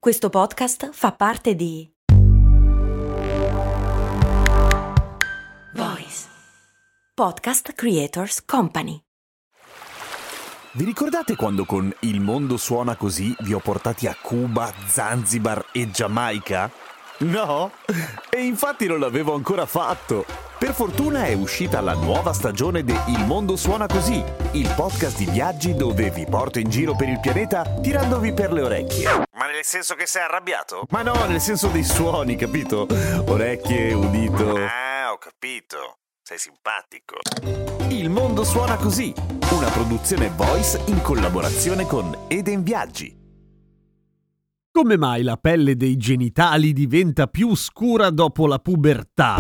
Questo podcast fa parte di Voice Podcast Creators Company. Vi ricordate quando con Il mondo suona così vi ho portati a Cuba, Zanzibar e Giamaica? No? E infatti non l'avevo ancora fatto. Per fortuna è uscita la nuova stagione di Il mondo suona così, il podcast di viaggi dove vi porto in giro per il pianeta tirandovi per le orecchie. Ma nel senso che sei arrabbiato? Ma no, nel senso dei suoni, capito? Orecchie, udito. Ah, ho capito. Sei simpatico. Il mondo suona così, una produzione Voice in collaborazione con Eden Viaggi. Come mai la pelle dei genitali diventa più scura dopo la pubertà?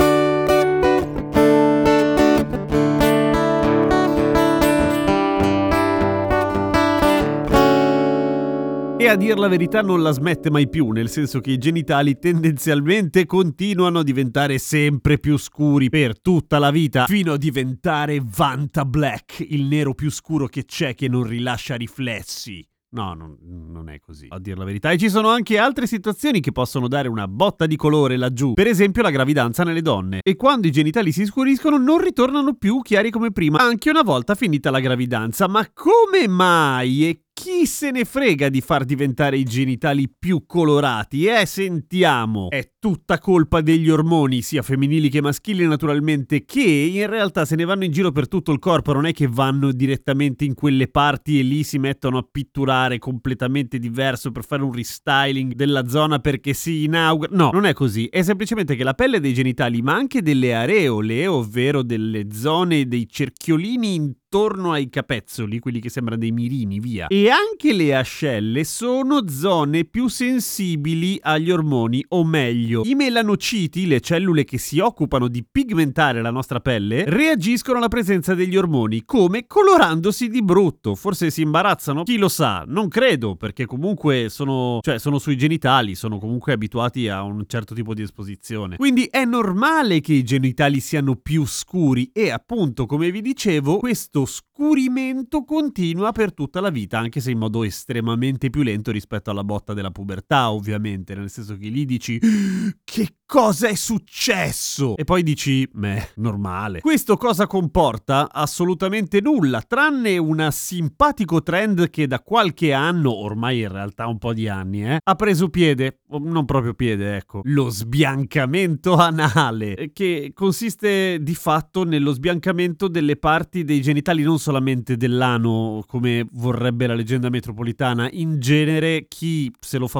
E a dir la verità non la smette mai più, nel senso che i genitali tendenzialmente continuano a diventare sempre più scuri per tutta la vita, fino a diventare Vanta Black, il nero più scuro che c'è che non rilascia riflessi. No, non è così, a dir la verità. E ci sono anche altre situazioni che possono dare una botta di colore laggiù. Per esempio la gravidanza nelle donne. E quando i genitali si scuriscono non ritornano più chiari come prima, anche una volta finita la gravidanza. Ma come mai? E chi se ne frega di far diventare i genitali più colorati? Sentiamo. È tutta colpa degli ormoni, sia femminili che maschili naturalmente, che in realtà se ne vanno in giro per tutto il corpo. Non è che vanno direttamente in quelle parti e lì si mettono a pitturare completamente diverso per fare un restyling della zona perché si inaugura. No, non è così. È semplicemente che la pelle dei genitali, ma anche delle areole, ovvero delle zone dei cerchiolini intorno ai capezzoli, quelli che sembrano dei mirini, via, e anche le ascelle sono zone più sensibili agli ormoni, o meglio, i melanociti, le cellule che si occupano di pigmentare la nostra pelle, reagiscono alla presenza degli ormoni, come colorandosi di brutto. Forse si imbarazzano? Chi lo sa? Non credo, perché comunque sono sui genitali, sono comunque abituati a un certo tipo di esposizione. Quindi è normale che i genitali siano più scuri e appunto, come vi dicevo, questo scurimento continua per tutta la vita, anche se in modo estremamente più lento rispetto alla botta della pubertà, ovviamente, nel senso che lì dici che cosa è successo? E poi dici normale. Questo cosa comporta? Assolutamente nulla, tranne un simpatico trend che da qualche anno, ormai in realtà un po' di anni, ha preso piede, non proprio piede, ecco, lo sbiancamento anale, che consiste di fatto nello sbiancamento delle parti dei genitali, non solamente dell'ano, come vorrebbe la leggenda metropolitana. In genere chi se lo fa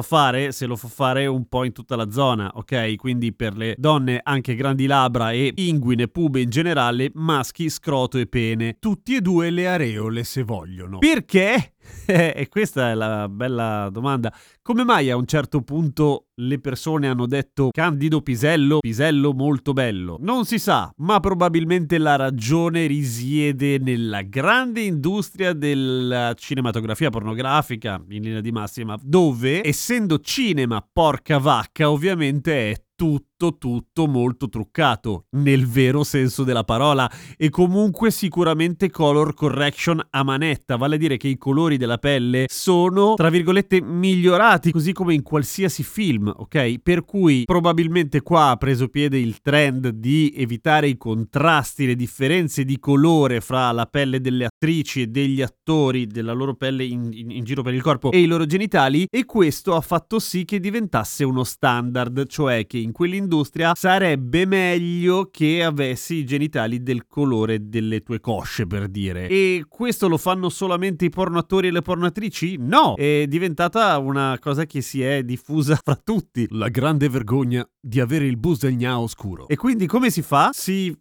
fare un po' in tutta la zona, ok? Quindi per le donne anche grandi labbra e inguine, pube in generale, maschi scroto e pene, tutti e due le areole se vogliono. Perché? E questa è la bella domanda. Come mai a un certo punto le persone hanno detto Candido Pisello molto bello? Non si sa, ma probabilmente la ragione risiede nella grande industria della cinematografia pornografica, in linea di massima, dove, essendo cinema porca vacca, ovviamente è tutto molto truccato, nel vero senso della parola, e comunque sicuramente color correction a manetta, vale a dire che i colori della pelle sono, tra virgolette, migliorati, così come in qualsiasi film, ok? Per cui probabilmente qua ha preso piede il trend di evitare i contrasti, le differenze di colore fra la pelle delle attrici e degli attori, della loro pelle in giro per il corpo e i loro genitali, e questo ha fatto sì che diventasse uno standard, cioè che in quell'industria sarebbe meglio che avessi i genitali del colore delle tue cosce, per dire. E questo lo fanno solamente i pornoattori e le pornoattrici? No! È diventata una cosa che si è diffusa fra tutti. La grande vergogna di avere il bus del gnao scuro. E quindi come si fa? Si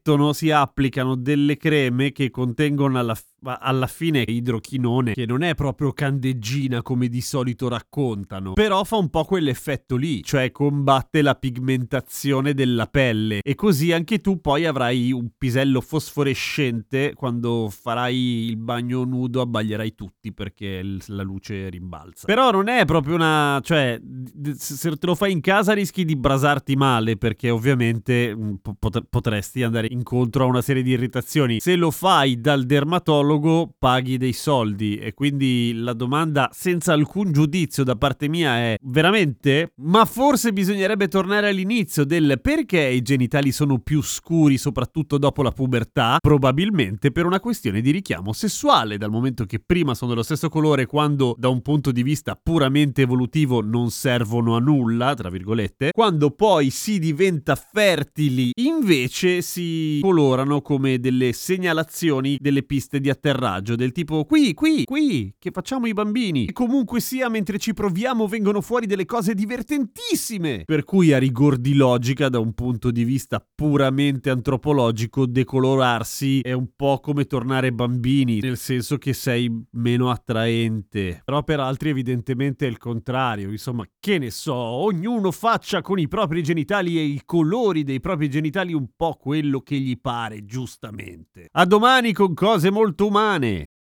applicano delle creme che contengono alla fine idrochinone, che non è proprio candeggina come di solito raccontano, però fa un po' quell'effetto lì, cioè combatte la pigmentazione della pelle, e così anche tu poi avrai un pisello fosforescente. Quando farai il bagno nudo abbaglierai tutti perché la luce rimbalza. Però non è proprio se te lo fai in casa rischi di brasarti male, perché ovviamente potresti andare incontro a una serie di irritazioni. Se lo fai dal dermatologo ginecologo paghi dei soldi, e quindi la domanda senza alcun giudizio da parte mia è: veramente? Ma forse bisognerebbe tornare all'inizio del perché i genitali sono più scuri soprattutto dopo la pubertà? Probabilmente per una questione di richiamo sessuale, dal momento che prima sono dello stesso colore quando da un punto di vista puramente evolutivo non servono a nulla, tra virgolette, quando poi si diventa fertili invece si colorano come delle segnalazioni delle piste di atterraggio, del tipo qui, che facciamo i bambini. E comunque sia, mentre ci proviamo vengono fuori delle cose divertentissime. Per cui a rigor di logica, da un punto di vista puramente antropologico, decolorarsi è un po' come tornare bambini, nel senso che sei meno attraente. Però per altri evidentemente è il contrario. Insomma, che ne so, ognuno faccia con i propri genitali e i colori dei propri genitali un po' quello che gli pare, giustamente. A domani con cose molto umane.